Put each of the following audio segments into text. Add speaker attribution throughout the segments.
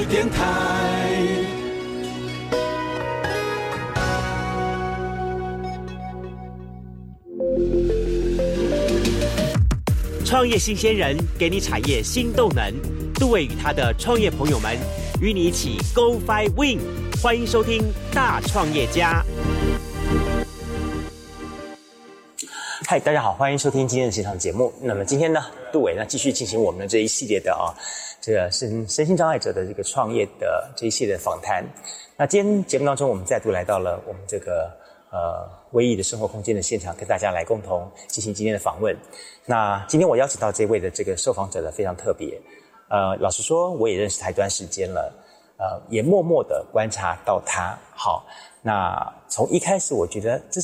Speaker 1: 电台。
Speaker 2: 创业新鲜人给你产业新动能，杜伟与他的创业朋友们与你一起 Go Fly Win。欢迎收听大创业家。嗨，大家好，欢迎收听今天的现场节目。那么今天呢，杜伟呢继续进行我们的这一系列的这个身心障碍者的这个创业的这一系列的访谈。那今天节目当中，我们再度来到了我们这个微艺的生活空间的现场，跟大家来共同进行今天的访问。那今天我邀请到这位的这个受访者呢，非常特别。老实说，我也认识他一段时间了，也默默的观察到他。好，那从一开始，我觉得这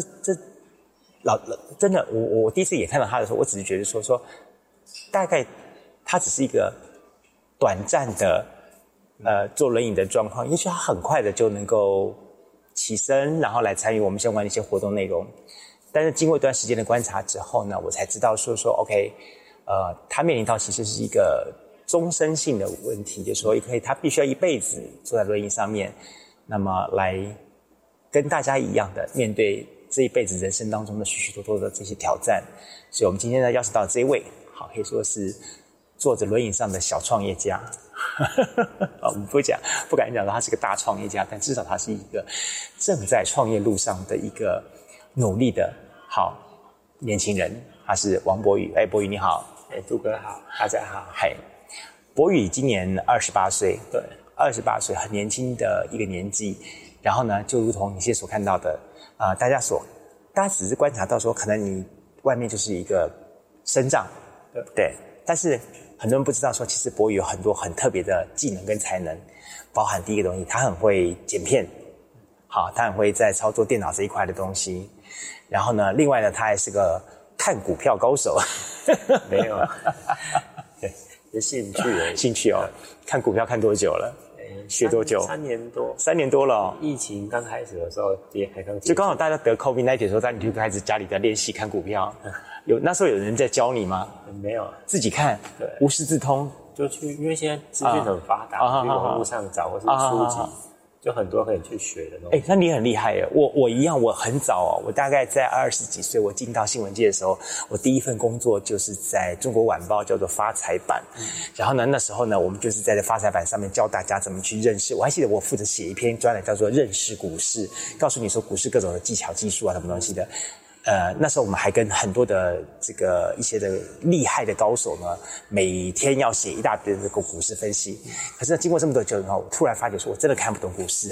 Speaker 2: 真的，我第一次也看到他的时候，我只是觉得说，大概他只是一个短暂的坐轮椅的状况，也许他很快的就能够起身，然后来参与我们相关的一些活动内容。但是经过一段时间的观察之后呢，我才知道说 OK， 他面临到其实是一个终身性的问题，就是说他必须要一辈子坐在轮椅上面，那么来跟大家一样的面对这一辈子人生当中的许许多多的这些挑战。所以我们今天呢邀请到这一位，好，可以说是坐着轮椅上的小创业家。我们不敢讲说他是个大创业家，但至少他是一个正在创业路上的一个努力的好年轻人。他是王博宇。博宇你好。
Speaker 3: 杜哥好，大家好。
Speaker 2: 博宇今年28岁。
Speaker 3: 对
Speaker 2: ，28岁，很年轻的一个年纪。然后呢，就如同你现在所看到的，大家只是观察到说，可能你外面就是一个身障，对，但是很多人不知道说，其实博宇有很多很特别的技能跟才能，包含第一个东西，他很会剪片，好，他很会在操作电脑这一块的东西。然后呢，另外呢，他还是个看股票高手。
Speaker 3: 没有，是兴趣哦。
Speaker 2: 看股票看多久了？学多久
Speaker 3: ？3年多。
Speaker 2: 3年多了哦。
Speaker 3: 疫情刚开始的时候也还刚，
Speaker 2: 就刚好大家得 COVID-19 的时候，你就开始家里在练习看股票。那时候有人在教你吗？
Speaker 3: 没有，
Speaker 2: 自己看，
Speaker 3: 对，
Speaker 2: 无师自通。
Speaker 3: 就去，因为现在资讯很发达，去网络上找或是书籍，就很多可以去学的东西。
Speaker 2: 那你很厉害耶！我一样，我很早我大概在20几岁，我进到新闻界的时候，我第一份工作就是在中国晚报，叫做发财版。然后呢，那时候呢，我们就是在这发财版上面教大家怎么去认识。我还记得我负责写一篇专栏，叫做《认识股市》，告诉你说股市各种的技巧、技术啊，什么东西的。那时候我们还跟很多的一些的厉害的高手呢，每天要写一大堆的这个股市分析。可是呢，经过这么多久以后，我突然发觉说，我真的看不懂股市。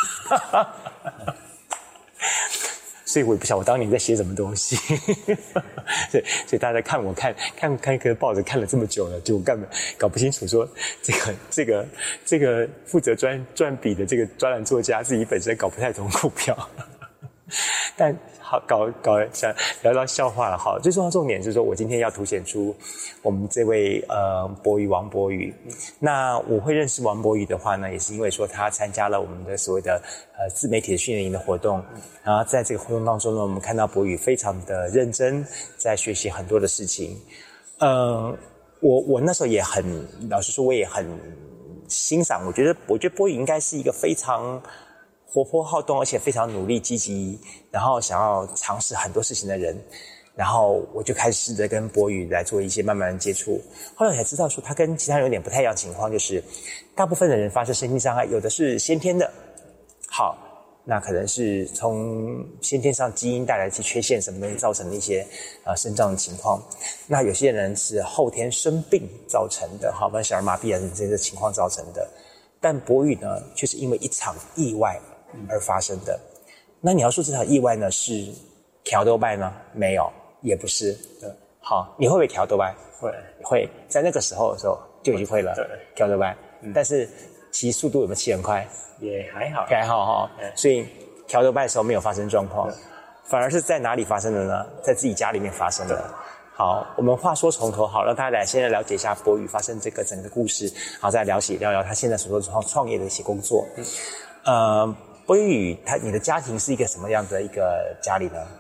Speaker 2: 所以我也不晓得我当年在写什么东西。所以大家看我看一个报纸看了这么久了，就根本搞不清楚说这个负责专笔的这个专栏作家自己本身搞不太懂股票。但好想聊到笑话了。好，最重要的重点就是说我今天要凸显出我们这位王博宇。那我会认识王博宇的话呢，也是因为说他参加了我们的所谓的自媒体的训练营的活动。然后在这个活动当中呢，我们看到博宇非常的认真，在学习很多的事情。我那时候也很老实说，我也很欣赏。我觉得博宇应该是一个非常活泼好动，而且非常努力积极，然后想要尝试很多事情的人。然后我就开始试着跟博宇来做一些慢慢的接触。后来我才知道说，他跟其他人有点不太一样的情况，就是大部分的人发生身心障碍，有的是先天的，好，那可能是从先天上基因带来的一些缺陷什么东西造成的一些身障的情况。那有些人是后天生病造成的，好，小儿麻痹啊这些情况造成的。但博宇呢，却是因为一场意外而发生的。那你要说这场意外呢是调多拜吗？没有，也不是。
Speaker 3: 对，
Speaker 2: 好，你会不会调多拜？会，在那个时候的时候就已经会了。
Speaker 3: 对，
Speaker 2: 调多拜。但是骑速度有没有骑很快？
Speaker 3: 也还好，
Speaker 2: 还好哈。所以调多拜的时候没有发生状况，反而是在哪里发生的呢？在自己家里面发生的。好，我们话说从头，好，让大家先来了解一下博宇发生这个整个故事，好，再聊聊他现在所做创业的一些工作。博宇，你的家庭是一个什么样的一个家里呢？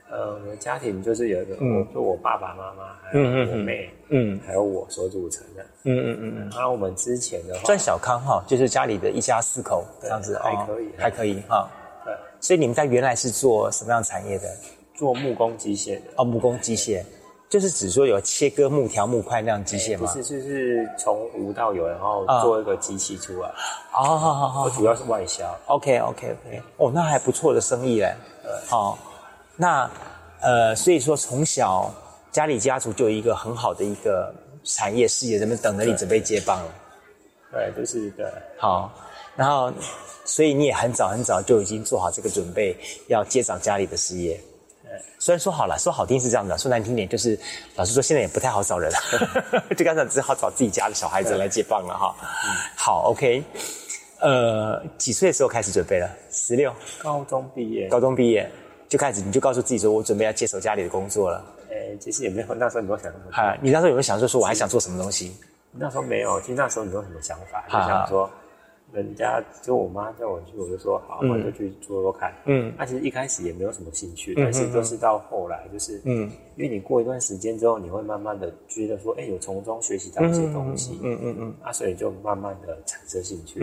Speaker 3: 我的家庭就是有一个，我爸爸妈妈，还有我妹，还有我所组成的。然后我们之前的话，
Speaker 2: 算小康哈，就是家里的一家4口这样子，
Speaker 3: 还可以，
Speaker 2: 还可以哈。
Speaker 3: 对，
Speaker 2: 所以你们在原来是做什么样的产业的？
Speaker 3: 做木工机械的。
Speaker 2: 哦，木工机械，就是指说有切割木条、木块那样机械吗？
Speaker 3: 不是，就是从无到有，然后做一个机器出来。
Speaker 2: 好，
Speaker 3: 我主要是外销。
Speaker 2: OK，哦，那还不错的生意嘞。好，那所以说从小家里家族就有一个很好的一个产业事业，人们等着你准备接棒了。
Speaker 3: 对，就是对。
Speaker 2: 好，然后所以你也很早就已经做好这个准备，要接掌家里的事业。虽然说好了，说好听是这样的，说难听点就是，老实说现在也不太好找人，就刚才只好找自己家的小孩子来接棒了哈。好 ，OK， 几岁的时候开始准备了？16，
Speaker 3: 高中毕
Speaker 2: 业就开始，你就告诉自己说，我准备要接手家里的工作了。
Speaker 3: 其实也没有，那时候你没有想那么多。
Speaker 2: 你那时候有没有想说我还想做什么东西？
Speaker 3: 那时候没有，其实那时候你有什么想法？就想说。人家就我妈叫我去，我就说好，我就去做做看。那其实一开始也没有什么兴趣，但是都是到后来，就是因为你过一段时间之后，你会慢慢的觉得说，有从中学习到一些东西，所以就慢慢的产生兴趣。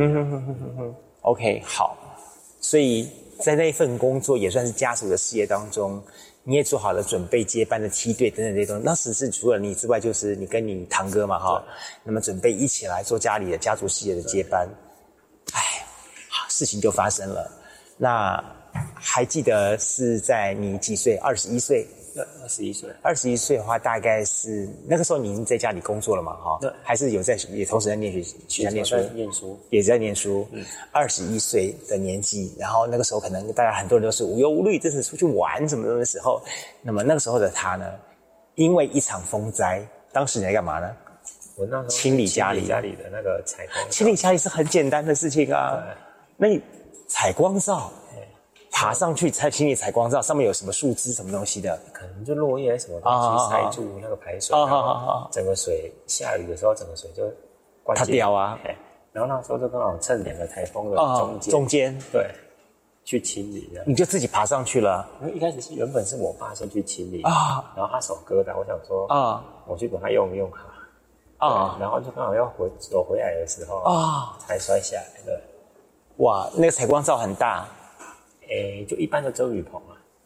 Speaker 2: OK， 好，所以在那份工作也算是家族的事业当中，你也做好了准备接班的梯队等等这些东西。当时是除了你之外，就是你跟你堂哥嘛哈，那么准备一起来做家里的家族事业的接班。事情就发生了。那还记得是在你几岁？21岁。
Speaker 3: 对，21岁。
Speaker 2: 21岁的话，大概是那个时候你已经在家里工作了嘛？哈，
Speaker 3: 对，
Speaker 2: 还是有也同时在学校念书，也在念书。21岁的年纪，然后那个时候可能大家很多人都是无忧无虑，这是出去玩什么的时候。那么那个时候的他呢，因为一场风灾，当时你在干嘛呢？
Speaker 3: 我那时候
Speaker 2: 清理家里
Speaker 3: 的那个采光。
Speaker 2: 清理家里是很简单的事情啊。那你采光罩，爬上去清理采光罩，上面有什么树枝什么东西的？
Speaker 3: 可能就落叶什么东西塞住那个排水，整个水下雨的时候，整个水就灌进。
Speaker 2: 它掉啊。
Speaker 3: 然后那时候就刚好趁2个台风的
Speaker 2: 中间，
Speaker 3: 对，去清理的。
Speaker 2: 你就自己爬上去了？
Speaker 3: 因为一开始原本是我爸先去清理然后他手疙瘩，我想说我去把它用好然后就刚好要走回来的时候才摔下来的。
Speaker 2: 哇，那个采光罩很大。
Speaker 3: 就一般的遮雨棚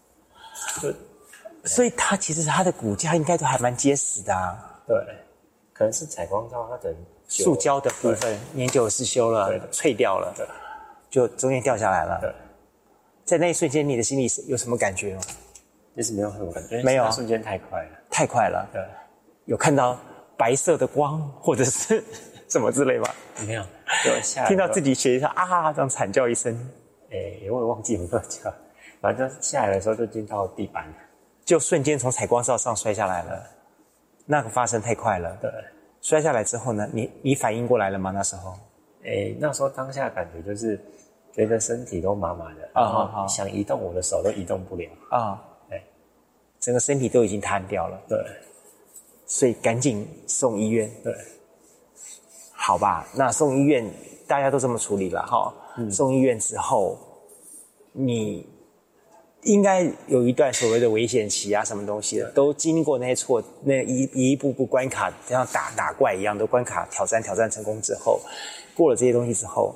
Speaker 2: 所以它其实它的骨架应该都还蛮结实的啊。
Speaker 3: 对，可能是采光罩它的
Speaker 2: 塑胶的部分年久失修了，脆掉了，就中间掉下来了。
Speaker 3: 对，
Speaker 2: 在那一瞬间，你的心里有什么感觉吗？
Speaker 3: 就是没有什么感觉，
Speaker 2: 没有，
Speaker 3: 瞬间太快了，
Speaker 2: 太快了。
Speaker 3: 对，
Speaker 2: 有看到白色的光或者是什么之类吗？
Speaker 3: 没有，就下来
Speaker 2: 听到自己血一下这样惨叫一声。
Speaker 3: 我也忘记有没有叫，反正下来的时候就进到地板了，
Speaker 2: 就瞬间从采光罩上摔下来了。那个发生太快了。
Speaker 3: 对，
Speaker 2: 摔下来之后呢，你反应过来了吗？那时候？
Speaker 3: 那时候当下感觉就是觉得身体都麻麻的，然后想移动我的手都移动不了
Speaker 2: 整个身体都已经瘫掉了。
Speaker 3: 对，
Speaker 2: 所以赶紧送医院。
Speaker 3: 对，
Speaker 2: 好吧，那送医院大家都这么处理了哈。送医院之后，你应该有一段所谓的危险期啊，什么东西的，都经过那些那一步步关卡，像打怪一样的关卡挑战成功之后，过了这些东西之后，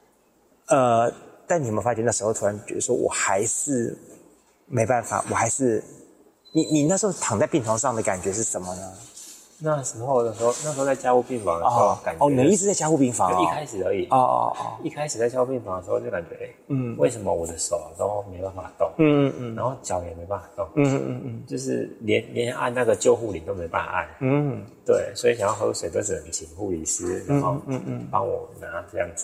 Speaker 2: 但你有没有发现那时候突然觉得说，我还是没办法，我还是你那时候躺在病床上的感觉是什么呢？
Speaker 3: 那时候在加护病房的时候，感觉
Speaker 2: 你一直在加护病房
Speaker 3: 就一开始而已一开始在加护病房的时候就感觉为什么我的手都没办法动然后脚也没办法动就是连按那个救护铃都没办法按对，所以想要喝水都只能请护理师然后帮我拿这样子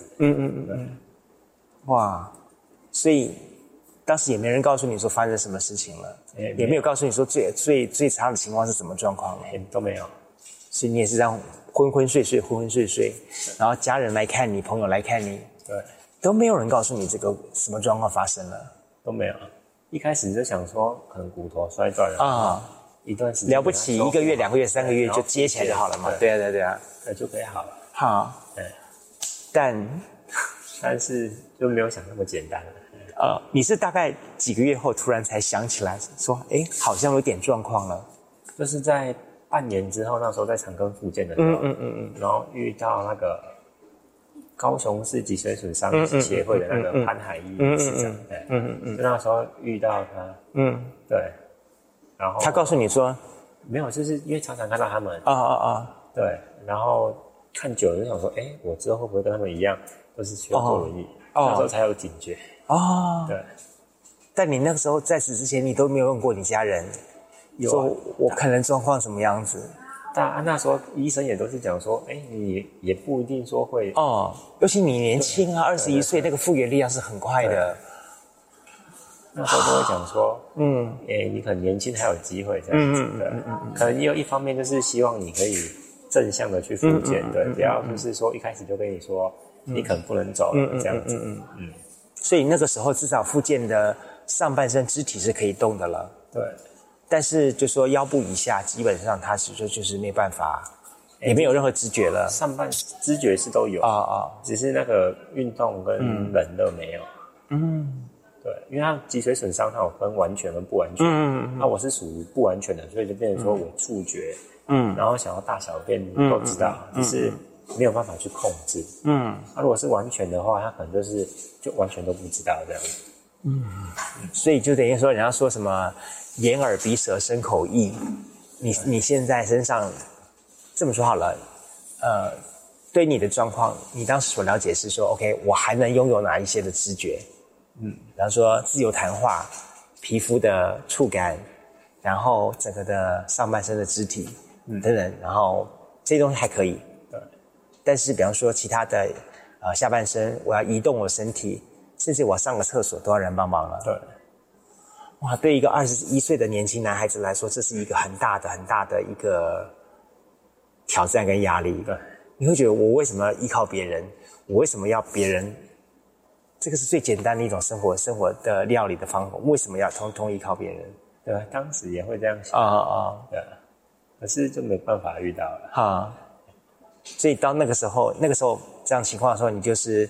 Speaker 2: 哇，所以当时也没人告诉你说发生什么事情了，也没有告诉你说最差的情况是什么状况了，
Speaker 3: 都没有。
Speaker 2: 所以你也是这样昏昏睡睡，然后家人来看你，朋友来看你，
Speaker 3: 对，
Speaker 2: 都没有人告诉你这个什么状况发生了，
Speaker 3: 都没有。一开始就想说可能骨头摔断了一段时间
Speaker 2: 了不起，1个月、2个月、3个月就接起来就好了嘛，对啊，
Speaker 3: 就可以好了。
Speaker 2: 好，但
Speaker 3: 是就没有想那么简单了。
Speaker 2: 你是大概几个月后突然才想起来说，好像有点状况了？
Speaker 3: 就是在半年之后，那时候在长庚复健的时候，然后遇到那个高雄市脊髓损伤协会的那个潘海义市长，就那时候遇到他，对，然后
Speaker 2: 他告诉你说，
Speaker 3: 没有，就是因为常常看到他们，对，然后看久了就想说，我之后会不会跟他们一样，都是需要坐轮椅？那时候才有警觉。对。
Speaker 2: 但你那个时候在此之前，你都没有问过你家人，说我可能状况什么样子？
Speaker 3: 但那时候医生也都是讲说，你也不一定说会
Speaker 2: 尤其你年轻啊，21岁，那个复原力量是很快的。
Speaker 3: 那时候都会讲说，你可能年轻还有机会这样子的，可能也有一方面就是希望你可以正向的去复健，对，不要就是说一开始就跟你说你可能不能走了这样子，
Speaker 2: 所以那个时候至少复健的上半身肢体是可以动的了，
Speaker 3: 对，
Speaker 2: 但是就说腰部以下基本上它就是没办法，也没有任何知觉了。
Speaker 3: 上半知觉是都有只是那个运动跟人的没有，对，因为它脊髓损伤它有分完全跟不完全，那我是属于不完全的，所以就变成说我触觉，然后想要大小便都知道，只是没有办法去控制，那如果是完全的话，它可能就完全都不知道这样子，
Speaker 2: 所以就等于说人家说什么眼耳鼻舌身口意，你现在身上这么说好了，对你的状况，你当时所了解是说 ，OK， 我还能拥有哪一些的知觉？比方说自由弹化、皮肤的触感，然后整个的上半身的肢体，等等，然后这些东西还可以。
Speaker 3: 对。
Speaker 2: 但是比方说其他的下半身，我要移动我身体，甚至我上个厕所都要人帮忙了。
Speaker 3: 对。
Speaker 2: 哇，对一个21岁的年轻男孩子来说，这是一个很大的一个挑战跟压力。
Speaker 3: 对。
Speaker 2: 你会觉得我为什么要依靠别人？我为什么要别人？这个是最简单的一种生活的料理的方法，为什么要通通依靠别人？
Speaker 3: 对，当时也会这样想对，可是就没办法遇到了
Speaker 2: 所以到那个时候这样情况的时候，你就是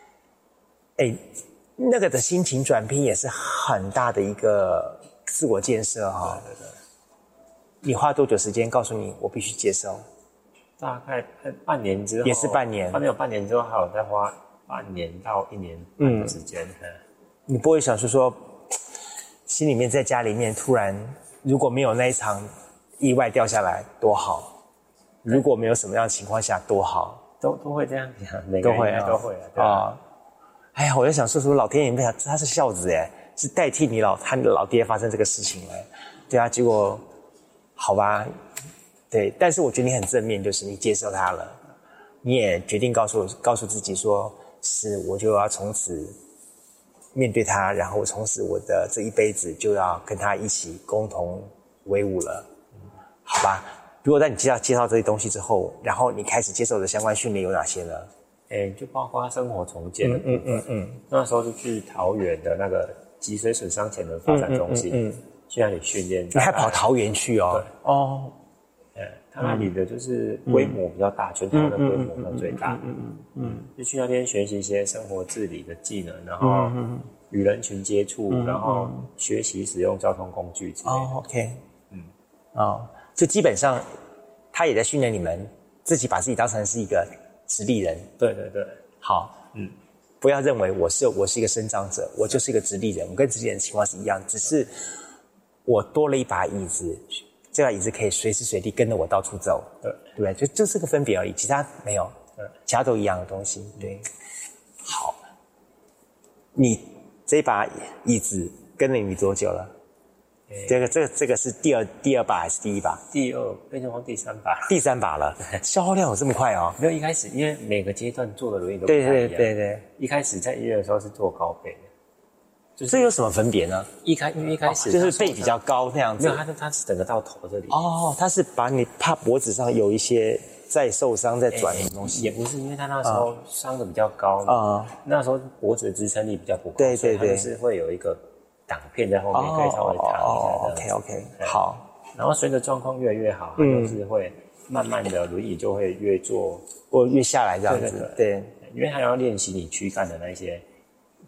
Speaker 2: 那个的心情转变也是很大的一个自我建设对。你花多久时间告诉你我必须接受？
Speaker 3: 大概半年之后，
Speaker 2: 也是半年，
Speaker 3: 有半年之后还有再花半年到1年半的时间。
Speaker 2: 你不会想说心里面在家里面突然如果没有那一场意外掉下来多好，如果没有什么样的情况下多好，
Speaker 3: 都会这样想，每个人都会
Speaker 2: 哎呀，我在想说老天爷没想他是孝子是代替他老爹发生这个事情对啊，结果好吧，对，但是我觉得你很正面，就是你接受他了，你也决定告诉自己说，是我就要从此面对他，然后从此我的这一辈子就要跟他一起共同为伍了，好吧？如果在你介绍这些东西之后，然后你开始接受的相关训练有哪些呢？
Speaker 3: 就包括生活重建的部分。那时候就去桃园的那个脊髓损伤前的发展中心，去那里训练。
Speaker 2: 你还跑桃园去哦？
Speaker 3: 对。他那里的就是规模比较大，全台湾的规模比较最大。就去那边学习一些生活自理的技能，然后与人群接触，然后学习使用交通工具之类的。
Speaker 2: OK。就基本上他也在训练你们自己把自己当成是一个直立人。
Speaker 3: 对。
Speaker 2: 好，不要认为我是一个生长者，我就是一个直立人，我跟直立人的情况是一样，只是我多了一把椅子，这把椅子可以随时随地跟着我到处走，对不对？就这个分别而已，其他没有，其他都一样的东西。对，好，你这把椅子跟了你多久了？这个是第二把还是第一把？
Speaker 3: 第二，变成往第三把。
Speaker 2: 第三把了，消耗量有这么快哦？
Speaker 3: 没有，一开始因为每个阶段坐的轮椅都不太一样。
Speaker 2: 对。
Speaker 3: 一开始在医院的时候是坐高背的，
Speaker 2: 这有什么分别呢？
Speaker 3: 因为一开始
Speaker 2: 就是背比较高那样子。
Speaker 3: 没有，它是整个到头这里。
Speaker 2: 它是把你怕脖子上有一些再受伤再转的东西。
Speaker 3: 也不是，因为他那时候伤的比较高那时候脖子的支撑力比较不够，
Speaker 2: 对，
Speaker 3: 所以它就是会有一个挡片在后面，可以稍微躺一下。
Speaker 2: OK， 好。
Speaker 3: 然后随着状况越来越好，它就是会慢慢的轮椅就会越坐
Speaker 2: 或越下来这样子。对，
Speaker 3: 因为它要练习你躯干的那些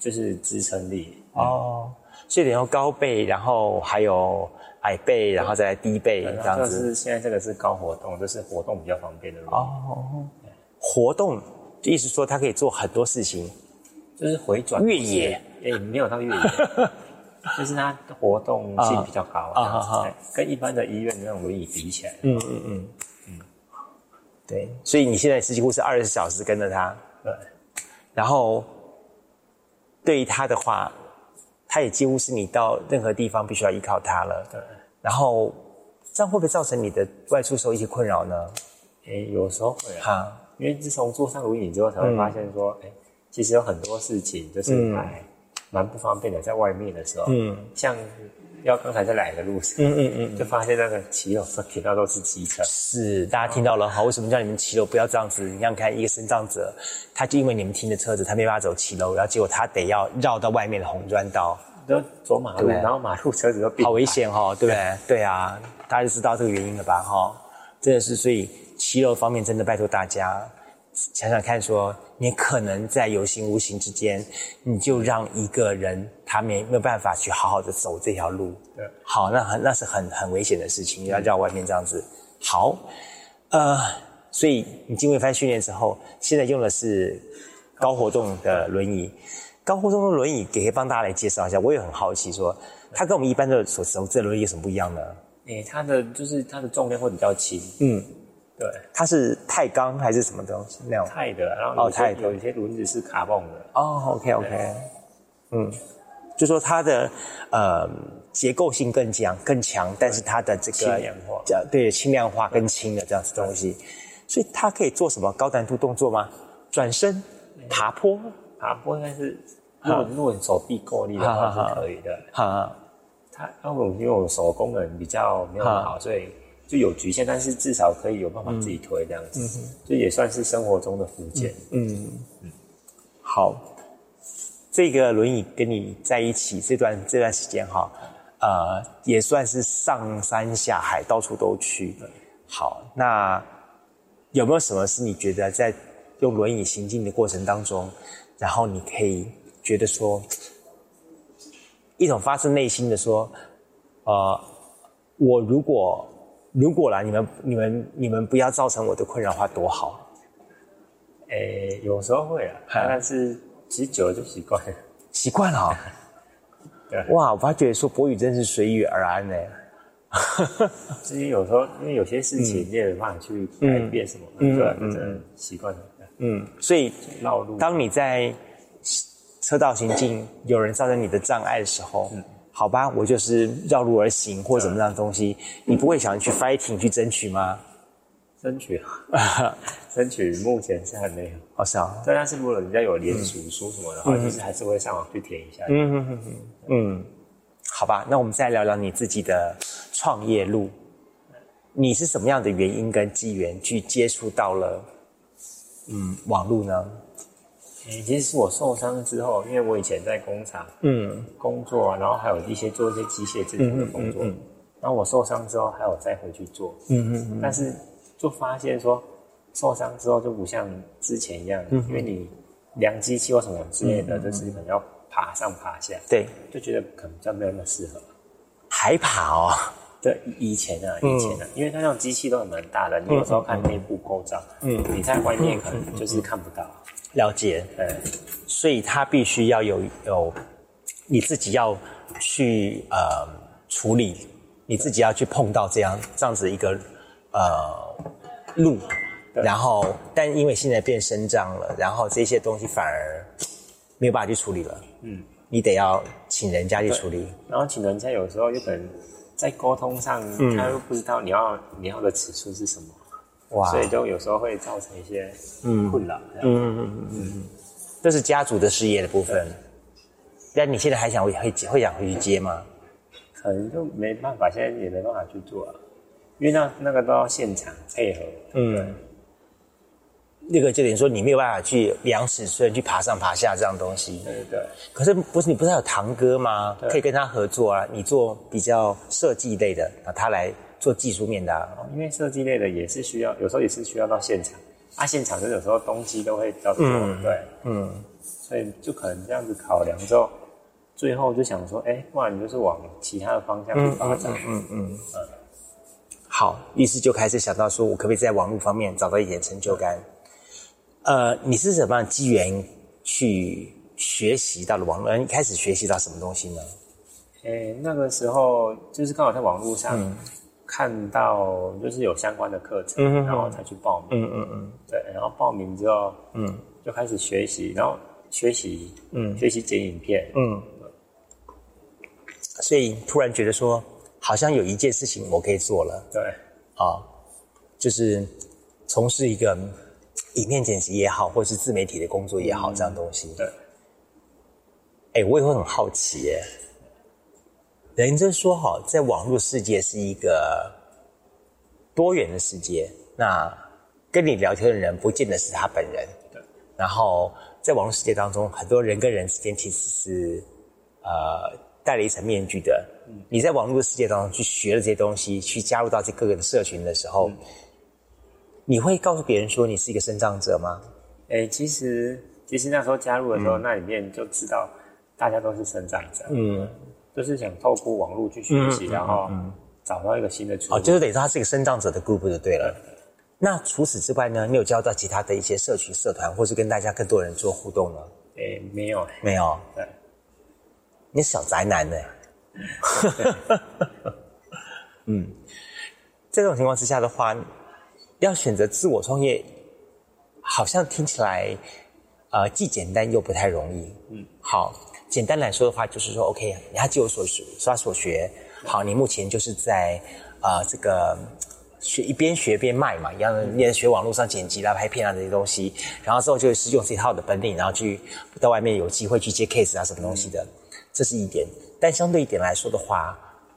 Speaker 3: 就是支撑力。
Speaker 2: 所以等于高背，然后还有矮背，然后再来低背这样子。
Speaker 3: 就是现在这个是高活动，就是活动比较方便的轮椅。
Speaker 2: 活动意思说它可以做很多事情，
Speaker 3: 就是回转
Speaker 2: 越野。
Speaker 3: 没有到越野，就是它活动性比较高，跟一般的医院的那种轮椅比起来。
Speaker 2: 对，所以你现在几乎是24小时跟着他。
Speaker 3: 对。然
Speaker 2: 后对于他的话，他也几乎是你到任何地方必须要依靠他了。
Speaker 3: 对。
Speaker 2: 然后这样会不会造成你的外出时候一些困扰呢？
Speaker 3: 有时候会因为自从坐上轮椅之后，才会发现说，其实有很多事情就是蛮不方便的，在外面的时候，像刚才在来的路上，就发现那个骑楼骑到都是机车。
Speaker 2: 是，大家听到了哈？为什么叫你们骑楼不要这样子？你想看一个身障者，他就因为你们停的车子，他没办法走骑楼，然后结果他得要绕到外面的红砖道，
Speaker 3: 就走马路，然后马路车子都并排，
Speaker 2: 好危险哈，对不对？对啊，大家就知道这个原因了吧？哈，真的是，所以骑楼方面真的拜托大家。想想看说你可能在有形无形之间，你就让一个人他没有办法去好好的走这条路。
Speaker 3: 对，
Speaker 2: 好，那是很危险的事情，要绕外面这样子。好，所以你经过一番训练之后，现在用的是高活动的轮椅。高活动的轮椅可以帮大家来介绍一下，我也很好奇说，它跟我们一般的所熟知的轮椅有什么不一样呢？
Speaker 3: 它的重量会比较轻。对，
Speaker 2: 它是钛钢还是什么东西？那种
Speaker 3: 钛的，然后有一些轮子是卡泵的。
Speaker 2: OK，就说它的结构性更强，但是它的这个
Speaker 3: 轻量化，
Speaker 2: 对，轻量化更轻的这样子东西，所以它可以做什么高难度动作吗？转身、爬坡
Speaker 3: 应该是，如果你手臂够力的话是可以的。它因为我手功能比较没有很好，所以就有局限，但是至少可以有办法自己推这样子，就也算是生活中的附件。
Speaker 2: 好，这个轮椅跟你在一起这段时间哈，也算是上山下海，到处都去。好，那有没有什么是你觉得在用轮椅行进的过程当中，然后你可以觉得说，一种发自内心的说，我如果啦，你们不要造成我的困扰的话，多好。
Speaker 3: 有时候会但是其实久了就习惯了。对，
Speaker 2: 哇，我发觉说国语真是随遇而安呢。
Speaker 3: 至于有时候，因为有些事情你也没办法去改变什么，对，习惯了。
Speaker 2: 所以
Speaker 3: 绕路，
Speaker 2: 当你在车道行进，有人造成你的障碍的时候，好吧，我就是绕路而行或者怎么样的东西，你不会想去 fighting 去争取吗？
Speaker 3: 争取目前是还没有。
Speaker 2: 是啊。
Speaker 3: 但是如果人家有联署书什么的话，就是还是会上网去填一下。
Speaker 2: 好吧，那我们再聊聊你自己的创业路。你是什么样的原因跟机缘去接触到了网路呢？
Speaker 3: 其实是我受伤之后，因为我以前在工厂工作，然后还有做一些机械制作的工作，然后我受伤之后还有再回去做，但是就发现说受伤之后就不像之前一样，因为你量机器或什么之类的，就是可能要爬上爬下，
Speaker 2: 对，
Speaker 3: 就觉得可能比较没有那么适合。
Speaker 2: 还爬哦？
Speaker 3: 对，以前啊，因为它那种机器都很蛮大的，你有时候看内部构造，你在外面可能就是看不到。
Speaker 2: 了解，所以它必须要有你自己要去处理，你自己要去碰到这样子一个路，然后但因为现在变身障了，然后这些东西反而没有办法去处理了，你得要请人家去处理，
Speaker 3: 然后请人家有时候有可能在沟通上，他又不知道你要的尺寸是什么。哇，所以就有时候会造成一些困扰。
Speaker 2: 这是家族的事业的部分。但你现在还想会想回去接吗？
Speaker 3: 可能就没办法，现在也没办法去做了，因为那个都要现场配合。
Speaker 2: 那个就等于说你没有办法去量尺寸、去爬上爬下这样东西。
Speaker 3: 对。
Speaker 2: 可是你不是还有堂哥吗？可以跟他合作啊，你做比较设计类的，他来做技术面的
Speaker 3: 因为设计类的也是需要，有时候也是需要到现场。现场就有时候东西都会比较多，对。 所以就可能这样子考量之后，最后就想说，不然就是往其他的方向去发展。
Speaker 2: 好，于是就开始想到说，我可不可以在网络方面找到一点成就感？你是什么样的机缘去学习到了网络？你开始学习到什么东西呢？
Speaker 3: 那个时候就是刚好在网络上看到就是有相关的课程，然后才去报名。对，然后报名之后，就开始学习，然后学习剪影片。
Speaker 2: 所以突然觉得说，好像有一件事情我可以做了。
Speaker 3: 对，
Speaker 2: 就是从事一个影片剪辑也好，或是自媒体的工作也好，这样东西。对。我也会很好奇耶。人就说在网络世界是一个多元的世界，那跟你聊天的人不见得是他本人。
Speaker 3: 对。
Speaker 2: 然后在网络世界当中，很多人跟人之间其实是戴了一层面具的。你在网络的世界当中去学了这些东西，去加入到这各个的社群的时候，你会告诉别人说你是一个身障者吗？
Speaker 3: 其实那时候加入的时候，那里面就知道大家都是身障者。就是想透过网络去学习，然后找到一个新的出路。
Speaker 2: 就是等于说他是一个身障者的 group 就对了。那除此之外呢，你有交到其他的一些社群社团，或是跟大家更多人做互动呢？
Speaker 3: 没有。
Speaker 2: 没有。
Speaker 3: 对。
Speaker 2: 你是小宅男呢。在这种情况之下的话，要选择自我创业，好像听起来既简单又不太容易。好，简单来说的话，就是说 OK， 你还就有所学。好，你目前就是在这个一边学边卖嘛，一样的，你也学网络上剪辑啦、拍片啊这些东西，然后之后就是用这套的本领，然后去到外面有机会去接 case 啊什么东西的，这是一点。但相对一点来说的话，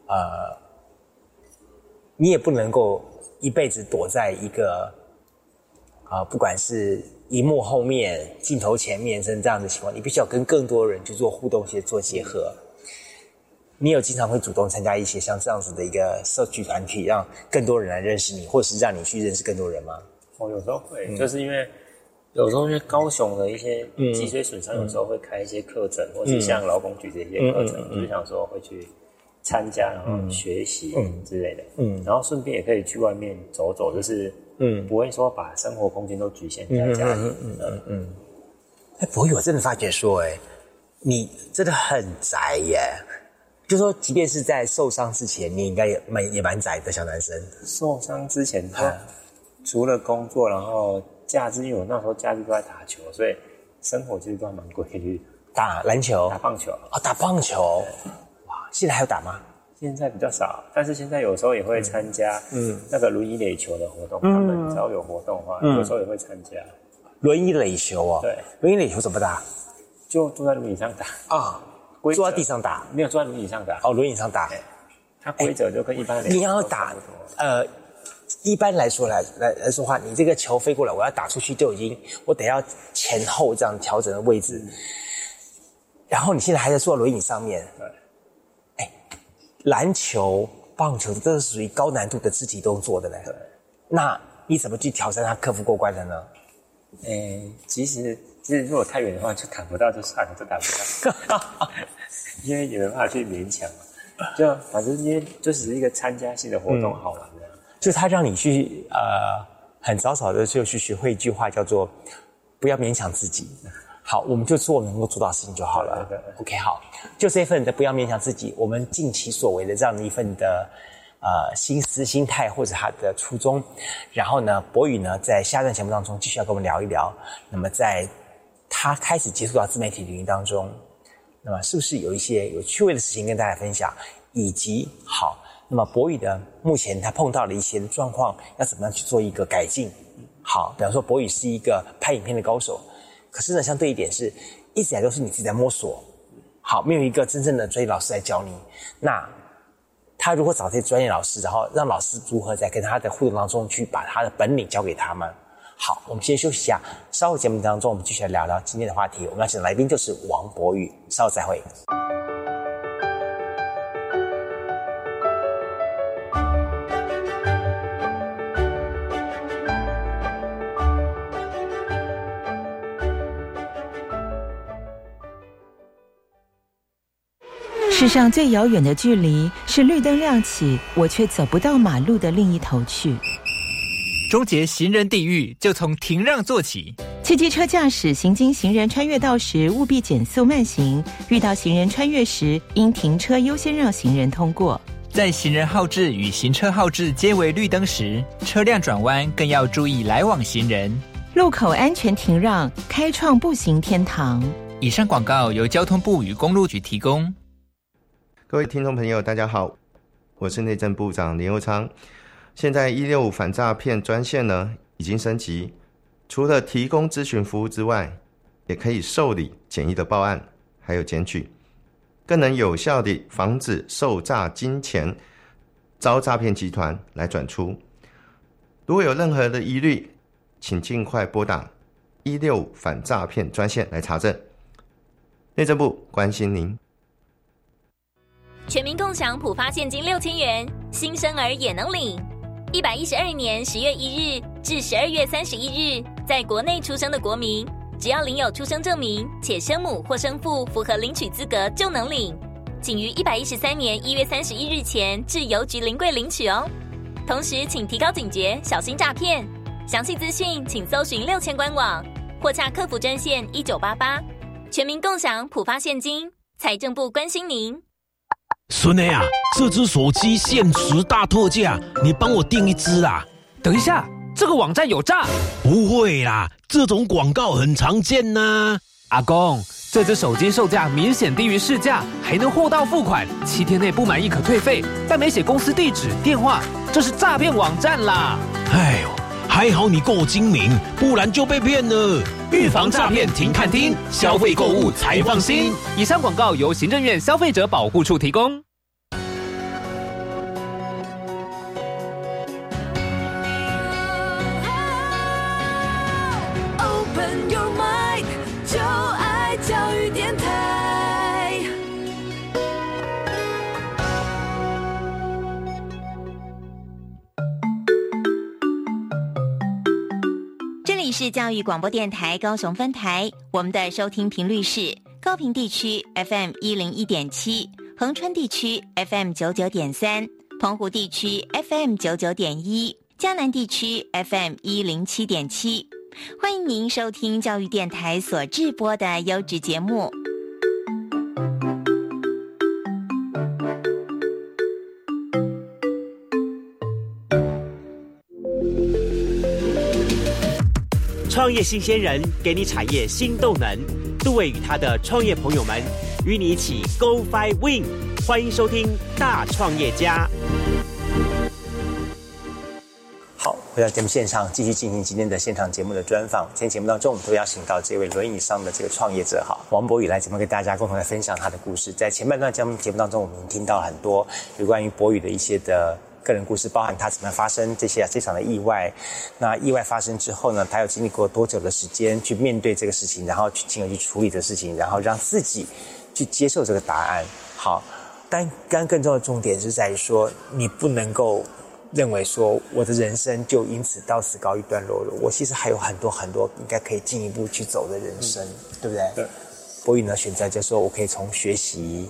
Speaker 2: 你也不能够一辈子躲在一个不管是荧幕后面、镜头前面这样的情况，你必须要跟更多人去做互动、做结合。你有经常会主动参加一些像这样子的一个社区团体，让更多人来认识你，或是让你去认识更多人吗？
Speaker 3: 有时候会，就是因为有时候因为高雄的一些脊椎损伤，有时候会开一些课程，或是像劳工局的一些课程，就是想说会去参加，然后学习之类的。然后顺便也可以去外面走走，就是不会说把生活空间都局限在家里。
Speaker 2: 博宇，我真的发觉说，你真的很宅耶。就说即便是在受伤之前，你应该也蛮宅的小男生。
Speaker 3: 受伤之前，除了工作，然后假日，因为我那时候假日都在打球，所以生活其实都还蛮规律。
Speaker 2: 打篮球、
Speaker 3: 打棒球
Speaker 2: 打棒球，哇！现在还有打吗？
Speaker 3: 现在比较少，但是现在有时候也会参加那个轮椅垒球的活动。他们只要有活动的话，有时候也会参加。
Speaker 2: 轮椅垒球啊？
Speaker 3: 对，
Speaker 2: 轮椅垒球怎么打？
Speaker 3: 就坐在轮椅上打
Speaker 2: 坐在地上打？
Speaker 3: 没有，坐在轮椅上打。
Speaker 2: 轮椅上打。
Speaker 3: 它规则就跟一般垒球
Speaker 2: 你要打一般来说来说话，你这个球飞过来，我要打出去就已经，我得要前后这样调整的位置。然后你现在还在坐轮椅上面。对。篮球、棒球这是属于高难度的肢体动作的呢。对。那你怎么去挑战它、克服过关的呢？
Speaker 3: 其实如果太远的话，就打不到就算了，就打不到。因为也没办法去勉强嘛。就反正因为就只是一个参加性的活动，好玩的。
Speaker 2: 就他让你去很早的就去学会一句话，叫做不要勉强自己。好，我们就做能够做到的事情就好了。对。OK， 好，就这一份的不要勉强自己，我们尽其所为的这样的一份的心思、心态或者他的初衷。然后呢，博宇呢在下段节目当中继续要跟我们聊一聊。那么在他开始接触到自媒体领域当中，那么是不是有一些有趣味的事情跟大家分享，以及好，那么博宇的目前他碰到了一些状况，要怎么样去做一个改进？好，比方说博宇是一个拍影片的高手，可是呢，相对一点是一直以来都是你自己在摸索。好，没有一个真正的专业老师来教你。那他如果找这些专业老师，然后让老师如何在跟他的互动当中去把他的本领教给他们。好，我们先休息一下，稍后节目当中我们继续来聊聊今天的话题。我们要请的来宾就是王博宇，稍后再会。
Speaker 1: 世上最遥远的距离是绿灯亮起，我却走不到马路的另一头去。
Speaker 4: 终结行人地狱，就从停让做起。
Speaker 1: 汽机车驾驶行经行人穿越道时，务必减速慢行；遇到行人穿越时，应停车优先让行人通过。
Speaker 4: 在行人号志与行车号志皆为绿灯时，车辆转弯更要注意来往行人。
Speaker 1: 路口安全停让，开创步行天堂。
Speaker 4: 以上广告由交通部与公路局提供。
Speaker 5: 各位听众朋友大家好，我是内政部长林右昌。现在165反诈骗专线呢已经升级，除了提供咨询服务之外，也可以受理简易的报案还有检举，更能有效地防止受诈金钱遭诈骗集团来转出。如果有任何的疑虑，请尽快拨打165反诈骗专线来查证。内政部关心您。
Speaker 6: 全民共享普发现金6000元，新生儿也能领。112年10月1日至12月31日，在国内出生的国民，只要领有出生证明，且生母或生父符合领取资格就能领，仅于113年1月31日前至邮局临柜领取哦。同时，请提高警觉，小心诈骗。详细资讯请搜寻6000官网或洽客服专线1988。全民共享普发现金，财政部关心您。
Speaker 7: 孙女啊，这只手机限时大特价，你帮我订一只啊！
Speaker 8: 等一下，这个网站有诈？
Speaker 7: 不会啦，这种广告很常见呐。
Speaker 8: 阿公，这只手机售价明显低于市价，还能货到付款，7天内不满意可退费，但没写公司地址、电话，这是诈骗网站啦！
Speaker 7: 哎呦，还好你够精明，不然就被骗了。预防诈骗停看听，消费购物才放心。
Speaker 8: 以上广告由行政院消费者保护处提供。
Speaker 9: Open your mind， 就爱教育电台。
Speaker 1: 这里是教育广播电台高雄分台，我们的收听频率是高屏地区 FM 101.7，恒春地区 FM 99.3，澎湖地区 FM 99.1，嘉南地区 FM 107.7。欢迎您收听教育电台所制播的优质节目。
Speaker 10: 创业新鲜人给你产业新动能，杜伟与他的创业朋友们与你一起 Go Fly Win， 欢迎收听大创业家。
Speaker 2: 好，回到节目现场，继续进行今天的现场节目的专访。今天节目当中，我们都邀请到这位轮椅上的这个创业者，王博宇来节目跟大家共同来分享他的故事。在前半段节目当中，我们听到很多有关于博宇的一些的个人故事，包含他怎么发生这场的意外。那意外发生之后呢，他又经历过多久的时间去面对这个事情，然后进而去处理这个事情，然后让自己去接受这个答案。好，但刚刚更重要的重点是在于说，你不能够认为说我的人生就因此到此告一段落了。我其实还有很多很多应该可以进一步去走的人生，对不对？对。博宇呢选择就是说我可以从学习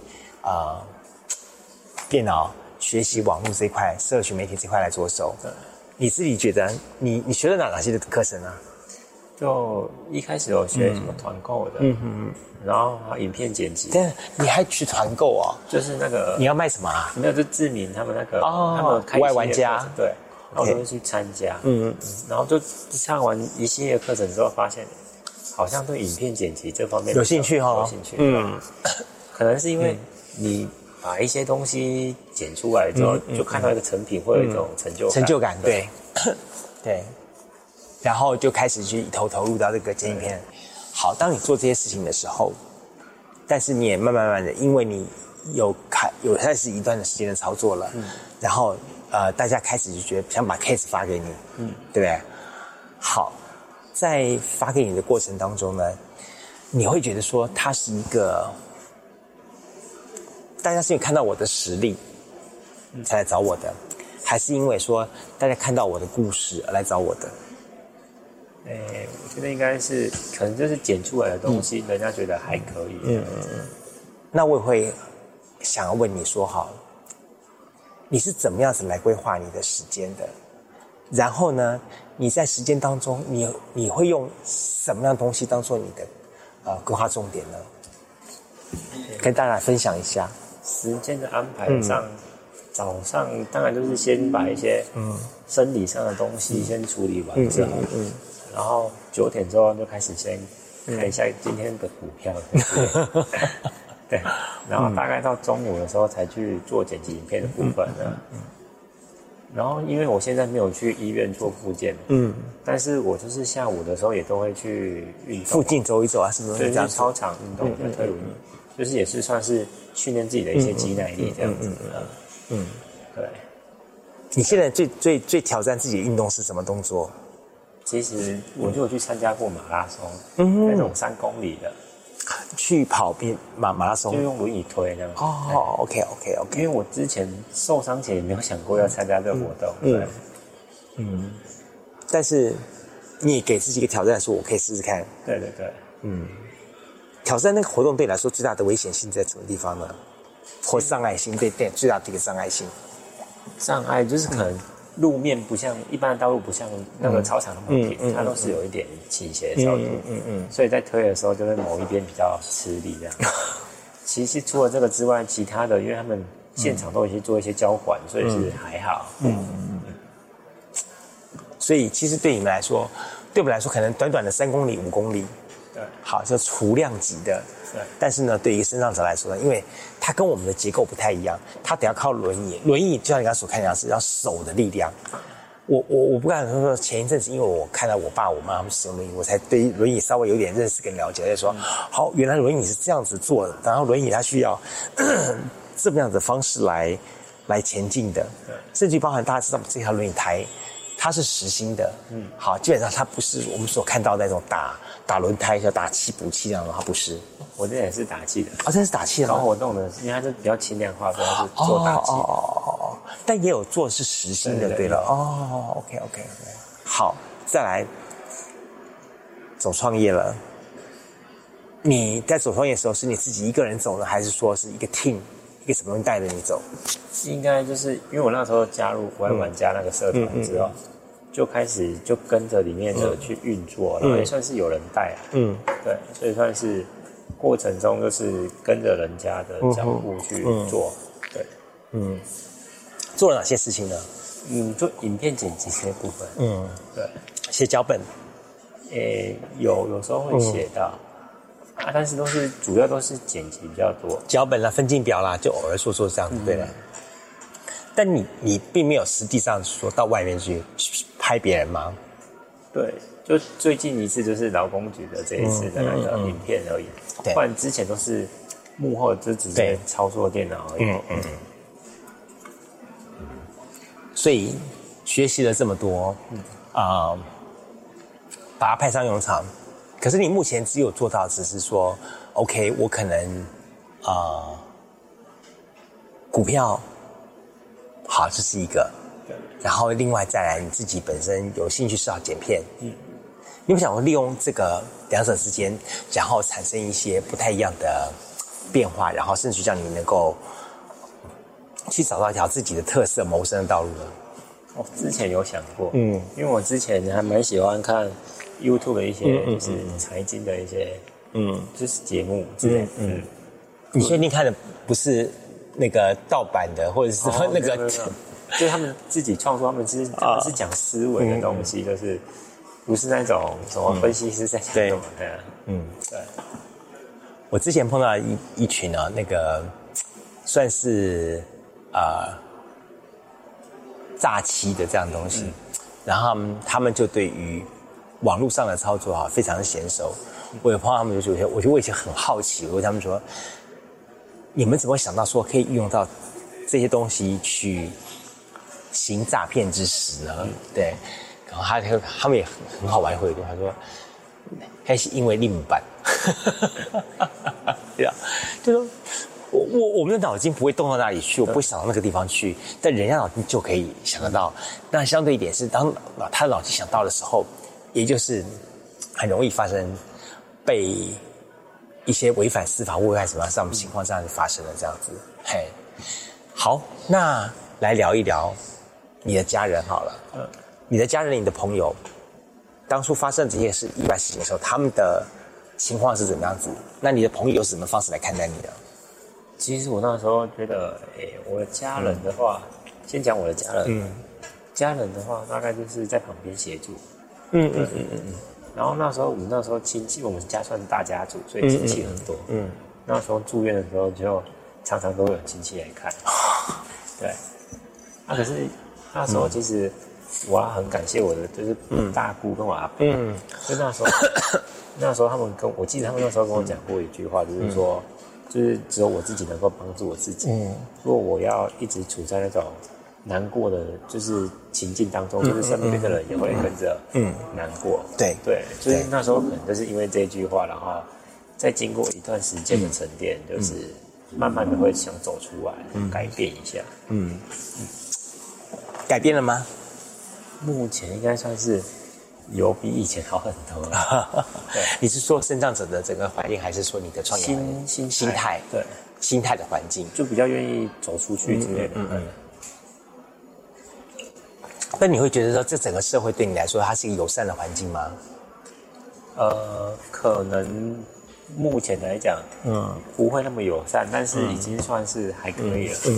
Speaker 2: 电脑、学习网络这一块、社群媒体这块来着手。你自己觉得你学了哪些的课程啊？
Speaker 3: 就一开始有学什么团购的，然后影片剪辑。
Speaker 2: 但你还去团购啊？
Speaker 3: 就是那个
Speaker 2: 你要卖什么啊？
Speaker 3: 没有，就志明他们那个他们开
Speaker 2: 户外玩家，
Speaker 3: 对，然后我就会去参加，然后就上完一系列课程之后，发现好像对影片剪辑这方面
Speaker 2: 有兴趣
Speaker 3: 有兴趣，可能是因为你把一些东西剪出来之后，就看到一个成品，会有一种成就感，
Speaker 2: 对，对，然后就开始去投入到这个剪影片。好，当你做这些事情的时候，但是你也慢慢的，因为你有开始一段的时间的操作了，然后大家开始就觉得想把 case 发给你，对不对？好，在发给你的过程当中呢，你会觉得说它是一个，大家是因为看到我的实力才来找我的，还是因为说大家看到我的故事而来找我的？
Speaker 3: 我觉得应该是，可能就是剪出来的东西，人家觉得还可以。那
Speaker 2: 我也会想要问你说好，你是怎么样子来规划你的时间的？然后呢，你在时间当中，你会用什么样的东西当做你的规划重点呢？跟大家分享一下
Speaker 3: 时间的安排上。早上当然就是先把一些生理上的东西先处理完之后，然后9点之后就开始先看一下今天的股票，对，然后大概到中午的时候才去做剪辑影片的部分呢。然后因为我现在没有去医院做复健，但是我就是下午的时候也都会去运动，
Speaker 2: 附近走一走啊，是不是？
Speaker 3: 对，去操场运动，推轮椅，就是也是算是训练自己的一些肌耐力这样子。对。
Speaker 2: 你现在最挑战自己的运动是什么动作？
Speaker 3: 其实我就有去参加过马拉松，那种3公里的，
Speaker 2: 去跑马拉松，
Speaker 3: 就用轮椅推这样。
Speaker 2: 哦 ，OK。
Speaker 3: 因为我之前受伤前也没有想过要参加这个活动，对，
Speaker 2: 但是你也给自己一个挑战，说我可以试试看。
Speaker 3: 对，
Speaker 2: 挑战那个活动对你来说最大的危险性在什么地方呢？或障碍性对最大的一个障碍性？
Speaker 3: 障碍就是可能路面不像一般的道路，不像那个操场那么平，它都是有一点倾斜的角度，所以在推的时候就会某一边比较吃力这样。其实除了这个之外，其他的因为他们现场都已经做一些交换，所以是还好。
Speaker 2: 所以其实对你们来说，对我们来说可能短短的3公里、5公里，
Speaker 3: 对，
Speaker 2: 好，就除量级的。
Speaker 3: 对，
Speaker 2: 但是呢，对于一个身障者来说呢，因为他跟我们的结构不太一样，他得要靠轮椅就像你刚才所看到是要手的力量。我不敢说前一阵子，因为我看到我爸我妈他们使用轮椅，我才对轮椅稍微有点认识跟了解，就是说，好，原来轮椅是这样子做的，然后轮椅它需要这么样的方式来前进的，甚至包含大家知道这条轮椅台。它是实心的，好，基本上它不是我们所看到的那种打轮胎要打气补气那样的，它不是。
Speaker 3: 我这也是打气的，
Speaker 2: 这是打气的吗？
Speaker 3: 搞活动的，因为它是比较轻量化，所以它是做打气的。
Speaker 2: 但也有做的是实心的，对了。OK。好，再来走创业了。你在走创业的时候，是你自己一个人走呢，还是说是一个 team， 一个什么人带着你走？
Speaker 3: 应该就是因为我那时候加入国外玩家那个社团之后，就开始就跟着里面的去运作，然后也算是有人带对，所以算是过程中就是跟着人家的脚步去做，对，
Speaker 2: 做了哪些事情呢？
Speaker 3: 做影片剪辑这部分，对，
Speaker 2: 写脚本，
Speaker 3: 有时候会写到。但是主要都是剪辑比较多，
Speaker 2: 脚本啦、分镜表啦，就偶尔说这样子，对了。但你并没有实际上说到外面去拍别人吗？
Speaker 3: 对，就最近一次就是劳工局的这一次的那个影片而已，不然之前都是幕后就直接操作电脑而已。
Speaker 2: 所以学习了这么多，把它派上用场。可是你目前只有做到，只是说 ，OK， 我可能股票好，这是一个，然后另外再来你自己本身有兴趣是要剪片，你们想过利用这个两者之间，然后产生一些不太一样的变化，然后甚至让你能够去找到一条自己的特色谋生的道路呢？
Speaker 3: 之前有想过，因为我之前还蛮喜欢看 YouTube 的一些就是财经的一些就是节目之类的。
Speaker 2: 你确定看的不是那个盗版的，或者是什么那个？
Speaker 3: 就是他们自己创作，他们是讲思维的东西，就是不是那种什么分析师在讲什么的。对。
Speaker 2: 我之前碰到一群那个算是诈欺的这样东西，然后他们就对于网络上的操作非常娴熟。我有碰到他们，我就我以前很好奇，我问他们说，你们怎么会想到说可以运用到这些东西去行诈骗之实呢？对，然后他们也很好玩回答，他说，还是因为另版，对啊，就说。我们的脑筋不会动到那里去，我不会想到那个地方去，但人家脑筋就可以想得到。那相对一点是，当他的脑筋想到的时候，也就是很容易发生被一些违反司法、违反什么样情况这样子发生的这样子。 嘿，好，那来聊一聊你的家人好了。你的家人、你的朋友，当初发生这些意外事情的时候，他们的情况是怎么样子？那你的朋友有什么方式来看待你的？
Speaker 3: 其实我那时候觉得，我的家人的话，先讲我的家人。家人的话，大概就是在旁边协助。然后那时候亲戚，我们家算是大家族，所以亲戚很多。那时候住院的时候，就常常都会有亲戚来看。对。可是那时候其实我要很感谢我的，就是大姑跟我阿伯。所以那时候他们我记得他们那时候跟我讲过一句话，就是说，就是只有我自己能够帮助我自己。如果我要一直处在那种难过的，就是情境当中，就是身边的人也会跟着难过。对，就是那时候可能就是因为这一句话，然后再经过一段时间的沉淀，就是慢慢的会想走出来，改变一下。
Speaker 2: 改变了吗？
Speaker 3: 目前应该算是有比以前好很多了。对，
Speaker 2: 你是说生长者的整个环境，还是说你的创业心态？对，心态的环境
Speaker 3: 就比较愿意走出去之类的。
Speaker 2: 那你会觉得说，这整个社会对你来说，它是一个友善的环境吗？
Speaker 3: 可能目前来讲，不会那么友善，但是已经算是还可以了。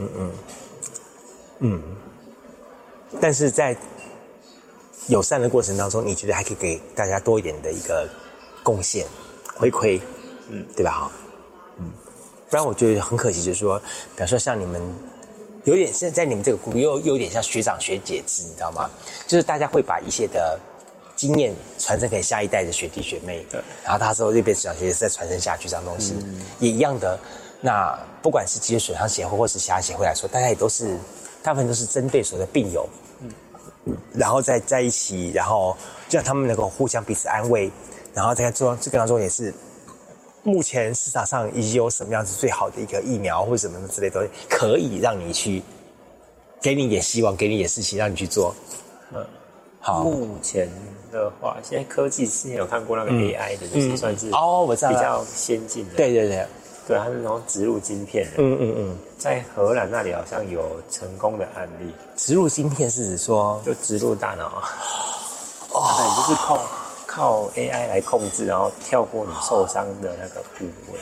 Speaker 2: 但是在友善的过程当中，你觉得还可以给大家多一点的一个贡献、回馈，对吧？哈，不然我觉得很可惜，就是说，比方说像你们。有点现在你们这个股又有点像学长学姐制，你知道吗？就是大家会把一些的经验传承给下一代的学弟学妹，然后他之后就变学长学姐再传承下去这样东西，也一样的。那不管是脊髓损伤协会或是其他协会来说，大家也都是大部分都是针对所谓的病友，然后再在一起，然后就让他们能够互相彼此安慰，然后再做这个当中也是。目前市场上已经有什么样子最好的一个疫苗或者什么之类的东西，可以让你去给你一点希望，给你一点事情让你去做。好。
Speaker 3: 目前的话，现在科技之前有看过那个 AI 的，就是算是
Speaker 2: 我知道
Speaker 3: 比较先进的。
Speaker 2: 对，
Speaker 3: 它是那种植入晶片的。在荷兰那里好像有成功的案例。
Speaker 2: 植入晶片是指说
Speaker 3: 就植入大脑啊？就是靠 AI 来控制，然后跳过你受伤的那个部位。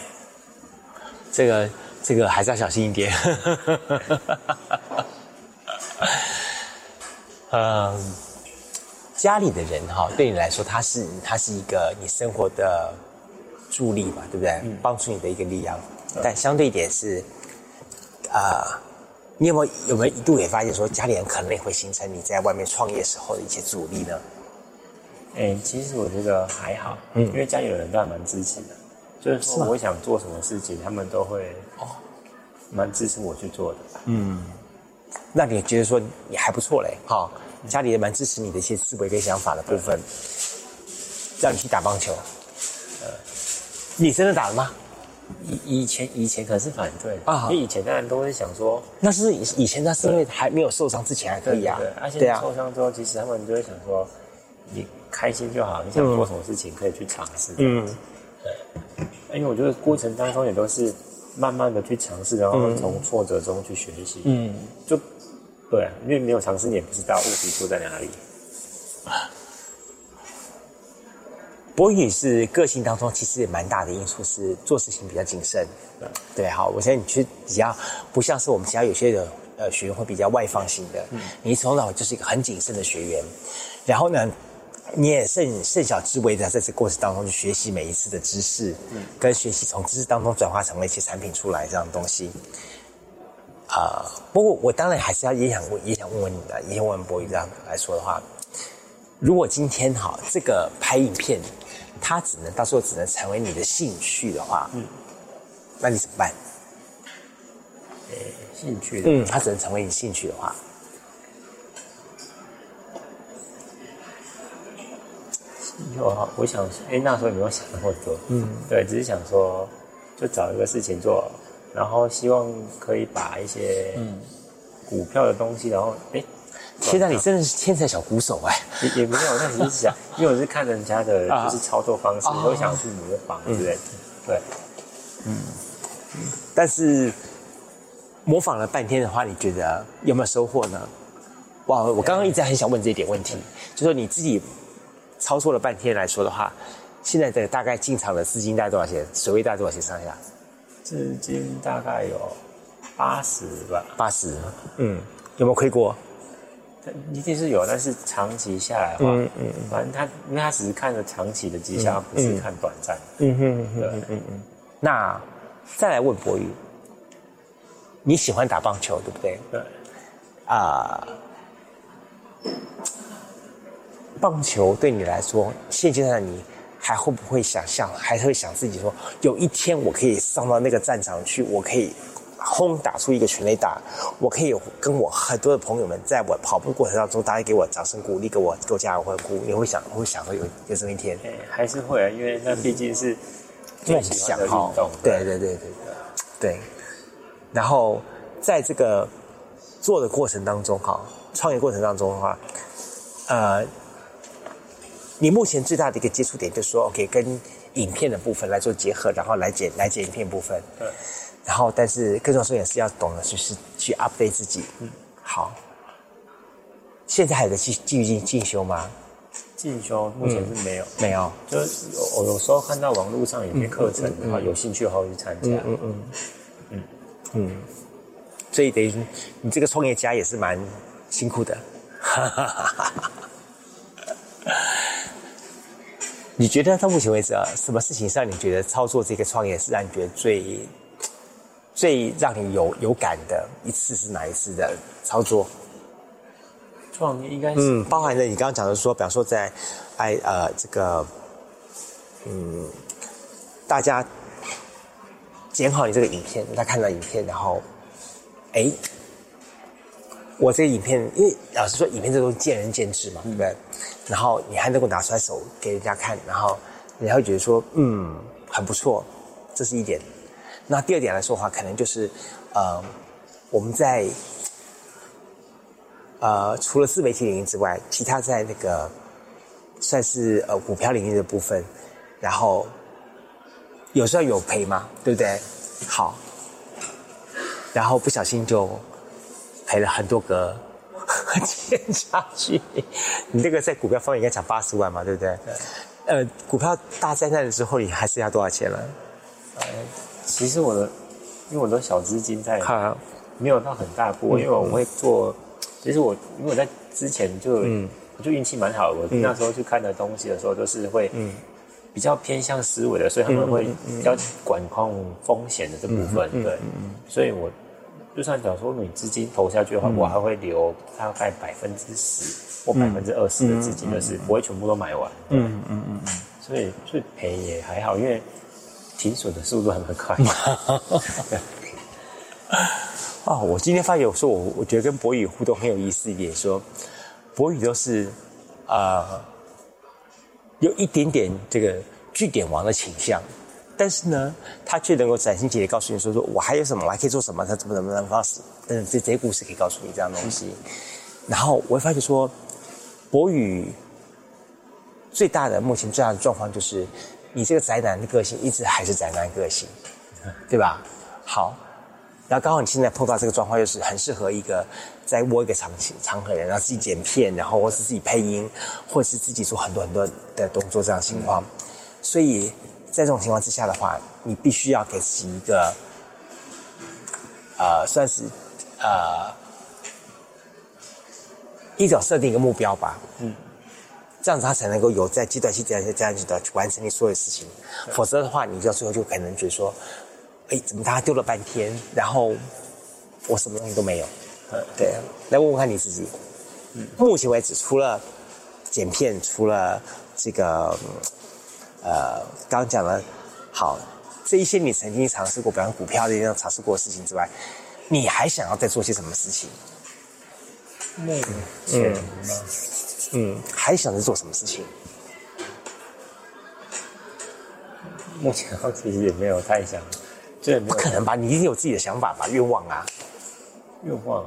Speaker 2: 这个还是要小心一点。家里的人对你来说，他是一个你生活的助力嘛，对不对？帮助你的一个力量。但相对一点是，你有没有一度也发现说，家里人可能也会形成你在外面创业时候的一些阻力呢？
Speaker 3: 其实我觉得还好，因为家里的人都还蛮支持的，就是说我想做什么事情，他们都会蛮支持我去做的。
Speaker 2: 那你觉得说你还不错嘞，家里也蛮支持你的一些思维跟想法的部分，让你去打棒球。你真的打了吗？
Speaker 3: 以前可是反对的因为以前当然都会想说，
Speaker 2: 那是以前那是因为还没有受伤之前还可以啊。
Speaker 3: 而且受伤之后，其实他们就会想说。你开心就好，你想做什么事情可以去尝试。对，因为我觉得过程当中也都是慢慢的去尝试，然后从挫折中去学习。就对，因为没有尝试，你也不知道问题出在哪里。
Speaker 2: 博宇是个性当中其实也蛮大的因素，是做事情比较谨慎。对，好，我现在你去比较不像是我们其他有些的学员会比较外放型的，你从小就是一个很谨慎的学员，然后呢。你也慎小之微的在这个过程当中去学习每一次的知识，跟学习从知识当中转化成了一些产品出来这样的东西。不过我当然还是也想问你的，也想问博宇这样来说的话，如果今天这个拍影片，它到时候只能成为你的兴趣的话，那你怎么办？
Speaker 3: 兴趣的，
Speaker 2: 它只能成为你兴趣的话。
Speaker 3: 我想，那时候也没有想那么多，对，只是想说，就找一个事情做，然后希望可以把一些股票的东西，然后
Speaker 2: 现在你真的是天才小鼓手
Speaker 3: 也没有，那只是想，因为我是看人家的就是操作方式，我想去模仿之类的，对，
Speaker 2: 但是模仿了半天的话，你觉得有没有收获呢？哇，我刚刚一直很想问这一点问题，就说你自己操作了半天来说的话，现在的大概进场的资金大概多少钱？水位大概多少钱上下？
Speaker 3: 资金大概有80吧。
Speaker 2: 80，有没有亏过？
Speaker 3: 一定是有，但是长期下来的话，反正因为他只是看着长期的绩效，不是看短暂。
Speaker 2: 那再来问博宇，你喜欢打棒球对不对？
Speaker 3: 对。
Speaker 2: 棒球对你来说，现阶段你还会不会想象，还是会想自己说，有一天我可以上到那个战场去，我可以轰打出一个全垒打，我可以跟我很多的朋友们在我跑步过程当中，大家给我掌声鼓励，给我加油欢呼，你会想说有这么一天？
Speaker 3: 还是会啊，因为那毕竟是
Speaker 2: 梦想的运动。对。然后在这个做的过程当中，创业过程当中的话，你目前最大的一个接触点就是说 ，OK， 跟影片的部分来做结合，然后来剪影片部分。对。然后，但是更重要也是要懂得就是去 update 自己。好。现在还有个继续进修吗？
Speaker 3: 进修目前是没有。
Speaker 2: 没有。
Speaker 3: 就是我有时候看到网络上有些课程的话，有兴趣的话会去参加。
Speaker 2: 所以等于你这个创业家也是蛮辛苦的。你觉得到目前为止什么事情上你觉得操作这个创业是让你觉得最让你有感的一次是哪一次的操作？
Speaker 3: 创业应该是
Speaker 2: 包含了你刚刚讲的说，比方说在这个大家剪好你这个影片，大家看到影片，然后我这个影片，因为老实说，影片这东西见仁见智嘛，对不对？然后你还能够拿出来手给人家看，然后人家会觉得说，很不错，这是一点。那第二点来说的话，可能就是我们在除了自媒体领域之外，其他在那个算是股票领域的部分，然后有时候有赔嘛，对不对？好，然后不小心就赔了很多个钱下去。你这个在股票方面应该讲80万嘛，对不对？对。股票大灾难的时候，你还剩下多少钱了？
Speaker 3: 其实因为我的小资金在，没有到很大波，因为我会做。其实因为我在之前我就运气蛮好的，我那时候去看的东西的时候都是会比较偏向思维的，所以他们会比较管控风险的这部分，对。所以我就算假如说你资金投下去的话，我还会留大概10%或20%的资金，就是不会全部都买完。所以赔也还好，因为停损的速度还蛮快。
Speaker 2: 我今天发现我觉得跟博宇互动很有意思一点，说博宇都是有一点点这个据点王的倾向，但是呢，他却能够斩钉截铁告诉你说我还有什么，我还可以做什么，他怎么方式，这些故事可以告诉你这样的东西。然后我会发现说，博宇目前最大的状况就是，你这个宅男的个性一直还是宅男个性，对吧？好。然后刚好你现在碰到这个状况，又是很适合一个在窝一个场合的人，然后自己剪片，然后或是自己配音，或者是自己做很多的动作这样的情况。所以在这种情况之下的话，你必须要给自己一个算是一种设定一个目标吧。这样子他才能够在阶段性这样子的去完成你所有的事情。否则的话，你到最后就可能觉得说，怎么大家丢了半天，然后我什么东西都没有。对，来问问看你自己。目前为止，除了剪片，除了这个刚刚讲了，好，这一些你曾经尝试过，比方股票的那种尝试过的事情之外，你还想要再做些什么事情？
Speaker 3: 目前
Speaker 2: 还想着做什么事情？
Speaker 3: 目前其实也没有太想。
Speaker 2: 不可能吧？你一定有自己的想法吧？愿望啊，
Speaker 3: 愿望啊。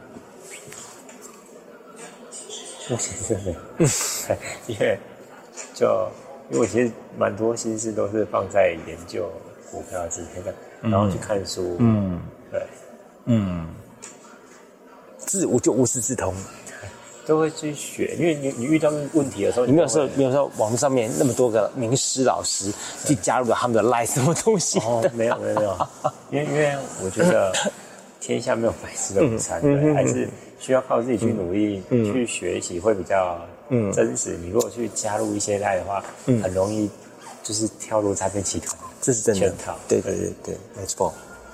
Speaker 3: 目前是没有。因为我其实蛮多心思都是放在研究股票之类的，然后去看书。对。
Speaker 2: 我就无师自通。
Speaker 3: 都会去学，因为你遇到问题的时候，
Speaker 2: 你没有说网络上面那么多个名师老师去加入了他们的 line 什么东西？
Speaker 3: 没有，因为我觉得天下没有白吃的午餐，还是需要靠自己去努力去学习，会比较真实。你如果去加入一些 line 的话，很容易就是跳入诈骗集团，
Speaker 2: 这是真的
Speaker 3: 圈套。
Speaker 2: 对，没错。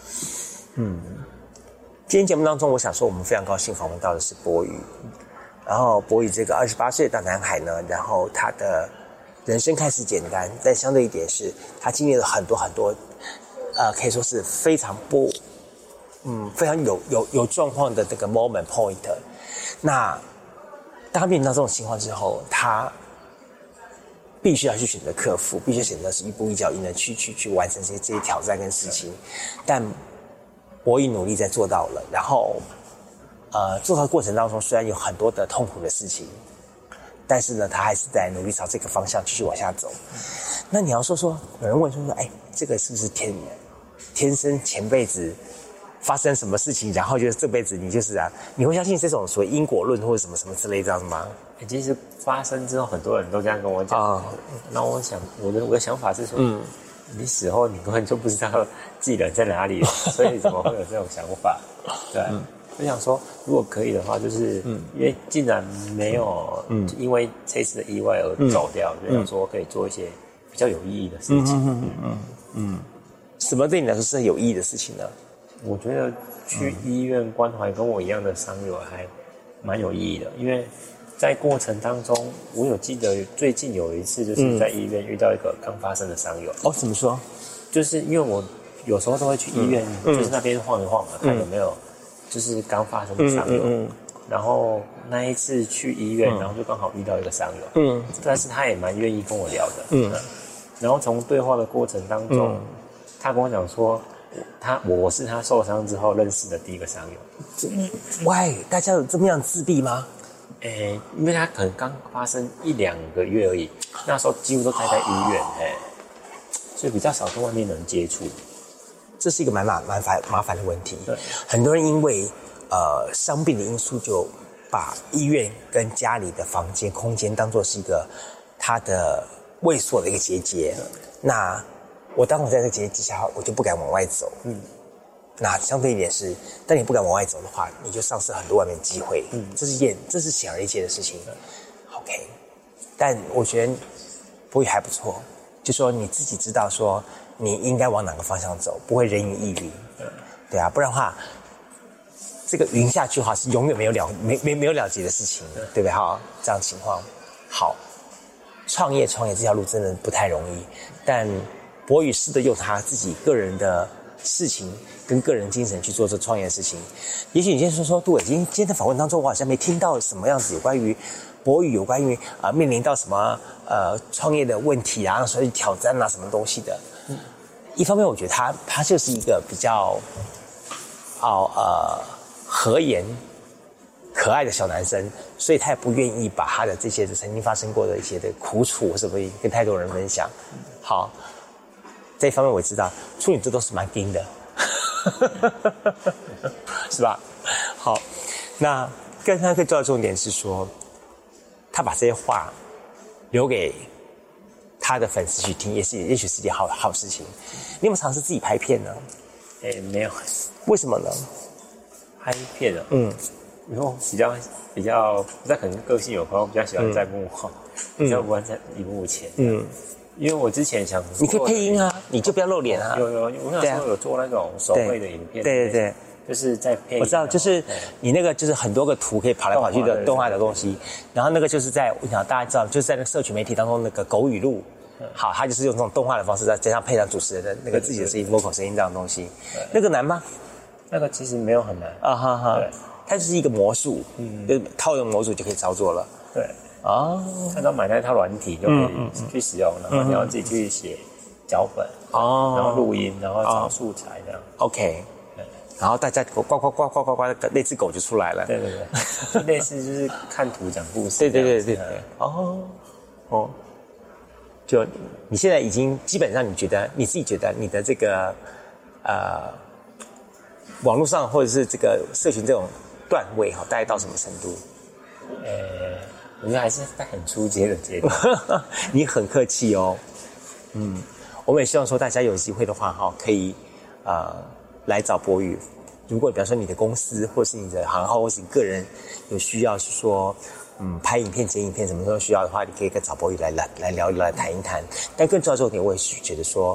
Speaker 2: 今天节目当中，我想说，我们非常高兴访问到的是柏宇。然后柏宇这个28岁的大男孩呢，然后他的人生看似简单，但相对一点是他经历了很多很多，可以说是非常非常有状况的这个 moment point。那当他面临到这种情况之后，他必须要去选择克服，必须选择是一步一脚印的去完成这些挑战跟事情。但柏宇努力在做到了，然后。做到的过程当中，虽然有很多的痛苦的事情，但是呢，他还是在努力朝这个方向继续往下走。那你要说，有人问说，哎，这个是不是天生前辈子发生什么事情，然后就是这辈子你就是你会相信这种所谓因果论或者什么之类这样子吗？
Speaker 3: 其实发生之后，很多人都这样跟我讲。那我想，我的想法是说，你死后你根本就不知道自己人在哪里，所以怎么会有这种想法？对。我想说，如果可以的话，就是因为既然没有因为这次的意外而走掉，就想说可以做一些比较有意义的事情。
Speaker 2: 什么对你来说是有意义的事情呢？
Speaker 3: 我觉得去医院关怀跟我一样的伤友还蛮有意义的，因为在过程当中，我有记得最近有一次就是在医院遇到一个刚发生的伤友。
Speaker 2: 怎么说？
Speaker 3: 就是因为我有时候都会去医院，就是那边晃一晃嘛，看有没有。就是刚发生的伤友，然后那一次去医院，然后就刚好遇到一个伤友，但是他也蛮愿意跟我聊的，然后从对话的过程当中，他跟我讲说，我是他受伤之后认识的第一个伤友。
Speaker 2: 喂，大家有这么样自闭吗？
Speaker 3: 因为他可能刚发生1-2个月而已，那时候几乎都待在医院，所以比较少跟外面的人接触。
Speaker 2: 这是一个蛮麻烦的问题。
Speaker 3: 对，
Speaker 2: 很多人因为伤病的因素，就把医院跟家里的房间空间当作是一个他的卫所的一个结节。那当我在这个结节下，我就不敢往外走。那相对一点是，当你不敢往外走的话，你就丧失很多外面的机会。这是显而易见的事情。OK， 但我觉得柏宇还不错，就说你自己知道说。你应该往哪个方向走，不会人云亦云，对啊，不然的话，这个云下去的话是永远没有了结的事情，对不对？哈，这样情况好，创业这条路真的不太容易，但柏宇试着用他自己个人的事情跟个人精神去做这创业的事情。也许你先说，杜伟，今天的访问当中，我好像没听到什么样子有关于柏宇面临到什么创业的问题啊，所以挑战啊什么东西的。一方面，我觉得他就是一个比较和颜可爱的小男生，所以他也不愿意把他的这些曾经发生过的一些的苦楚什么跟太多人分享。好，这一方面我知道处女座都是蛮硬的，是吧？好，那更重要的重点是说，他把这些话留给他的粉丝去听，也许是一件好事情。你有没有尝试自己拍片呢？
Speaker 3: 没有。
Speaker 2: 为什么呢？
Speaker 3: 拍片啊，因为比较可能个性有关，我比较喜欢在幕后，比较不喜欢在荧幕前。因为我之前想，
Speaker 2: 你可以配音啊，你就不要露脸啊。
Speaker 3: 有，我那时候有做那种手绘的影片。
Speaker 2: 对。
Speaker 3: 就是在配，
Speaker 2: 我知道，就是你那个就是很多个图可以跑来跑去的动画的东西，然后那个就是我想大家知道，就是在那个社群媒体当中那个狗语录，好，他就是用这种动画的方式，再加上配上主持人的那个自己的声音 vocal 声音这样的东西，那个难吗？
Speaker 3: 那个其实没有很难
Speaker 2: 啊，哈哈，对，它就是一个魔术，就是套用魔术就可以操作了，
Speaker 3: 对，看到买那套软体就可以去使用，然后你要自己去写脚本，然后录音，然后找素材这样
Speaker 2: ，OK。然后大家呱呱呱呱呱呱呱，那只狗就出来了。
Speaker 3: 对，就类似就是看图讲故事。
Speaker 2: 对。就你现在已经基本上，你自己觉得你的这个网络上或者是这个社群这种段位大概到什么程度？
Speaker 3: 我觉得还是在很初阶的阶段。
Speaker 2: 你很客气哦。我们也希望说大家有机会的话可以来找博宇。如果比方说你的公司或是你的行号或是你个人有需要是说拍影片剪影片什么时候需要的话，你可以跟找博宇来聊一聊，来谈一谈。但更重要的重点，我也是觉得说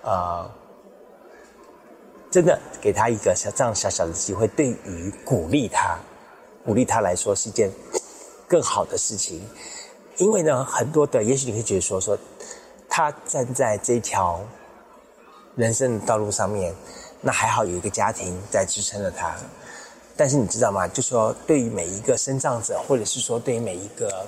Speaker 2: 真的给他一个这样小小的机会，对于鼓励他来说是一件更好的事情。因为呢，很多的也许你会觉得说他站在这一条人生的道路上面，那还好有一个家庭在支撑着他。但是你知道吗？就说对于每一个身障者，或者是说对于每一个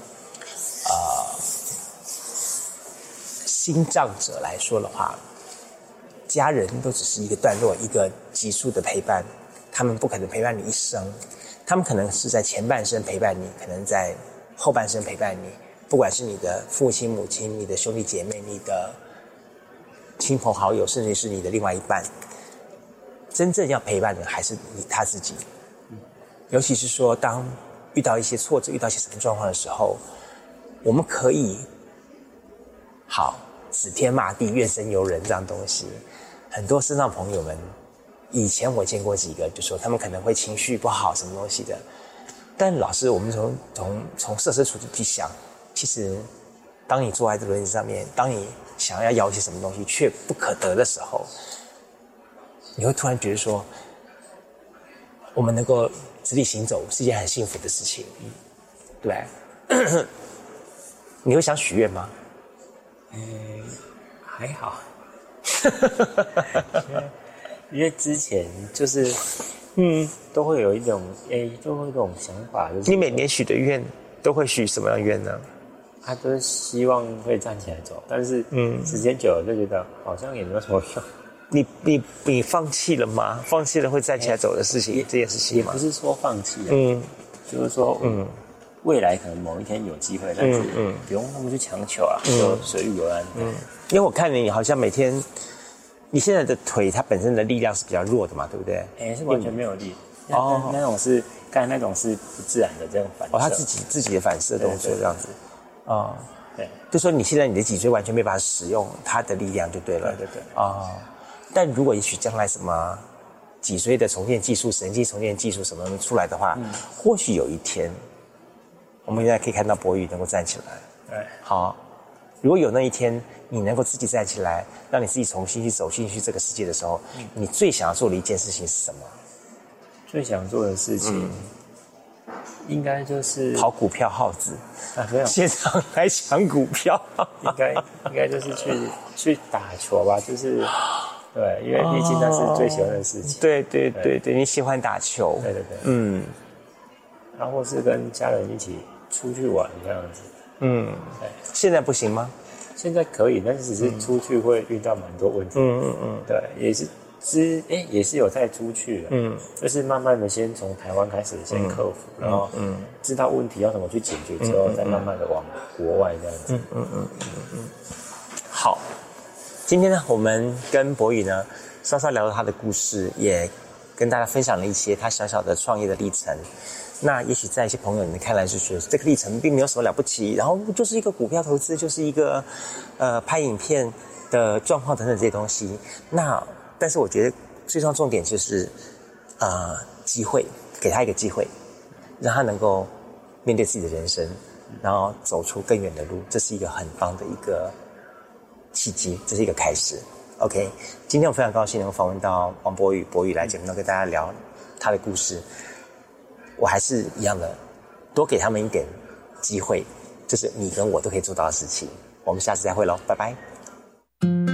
Speaker 2: 心障者来说的话，家人都只是一个段落，一个急速的陪伴。他们不可能陪伴你一生，他们可能是在前半生陪伴你，可能在后半生陪伴你。不管是你的父亲母亲、你的兄弟姐妹、你的亲朋好友，甚至是你的另外一半，真正要陪伴的还是他自己。尤其是说当遇到一些挫折，遇到一些什么状况的时候，我们可以指天骂地、怨声尤人这样东西。很多身障朋友们，以前我见过几个，就说他们可能会情绪不好什么东西的，但老师我们从设身处地去想，其实当你坐在这个轮椅上面，当你想要要一些什么东西却不可得的时候，你会突然觉得说我们能够直立行走是一件很幸福的事情。对你会想许愿吗？
Speaker 3: 还好。因为之前就是都会有一种都会有一种想法，就是
Speaker 2: 你每年许的愿都会许什么样的愿呢？
Speaker 3: 他都是希望会站起来走，但是时间久了就觉得好像也没有什么用。
Speaker 2: 你放弃了吗？放弃了会站起来走的事情，这件事情吗？
Speaker 3: 也不是说放弃就是说未来可能某一天有机会，但是不用那么去强求啊，就随遇而安。
Speaker 2: 因为我看你好像每天，你现在的腿它本身的力量是比较弱的嘛，对不对？
Speaker 3: 是完全没有力。那种是刚才那种是不自然的这种反射。
Speaker 2: 他自己的反射动作这样子。
Speaker 3: 对，
Speaker 2: 就说你现在你的脊椎完全没办法使用它的力量就对了。
Speaker 3: 对。
Speaker 2: 但如果也许将来什么脊椎的重建技术、神经重建技术什么出来的话，或许有一天，我们现在可以看到博宇能够站起来。
Speaker 3: 对，
Speaker 2: 好，如果有那一天你能够自己站起来，让你自己重新去走进去这个世界的时候，你最想要做的一件事情是什么？
Speaker 3: 最想做的事情，应该就是
Speaker 2: 跑股票号子
Speaker 3: 没有，
Speaker 2: 现场来抢股票，
Speaker 3: 应该就是去打球吧，就是对，因为毕竟那是最喜欢的事情。
Speaker 2: 对，你喜欢打球，
Speaker 3: 对，然后是跟家人一起出去玩这样子。对，
Speaker 2: 现在不行吗？
Speaker 3: 现在可以，但是只是出去会遇到蛮多问题。对，也是有在出去的。就是慢慢的先从台湾开始先克服，然后知道问题要怎么去解决之后，再慢慢的往国外这样子。
Speaker 2: 好，今天呢，我们跟博宇呢稍稍聊了他的故事，也跟大家分享了一些他小小的创业的历程。那也许在一些朋友你们看来是觉得这个历程并没有什么了不起，然后就是一个股票投资，就是一个拍影片的状况等等这些东西。但是我觉得最重要重点就是机会，给他一个机会，让他能够面对自己的人生，然后走出更远的路，这是一个很棒的一个契机，这是一个开始。OK， 今天我非常高兴能够访问到王博宇来节目中跟大家聊他的故事。我还是一样的，多给他们一点机会，这是你跟我都可以做到的事情。我们下次再会咯，拜拜。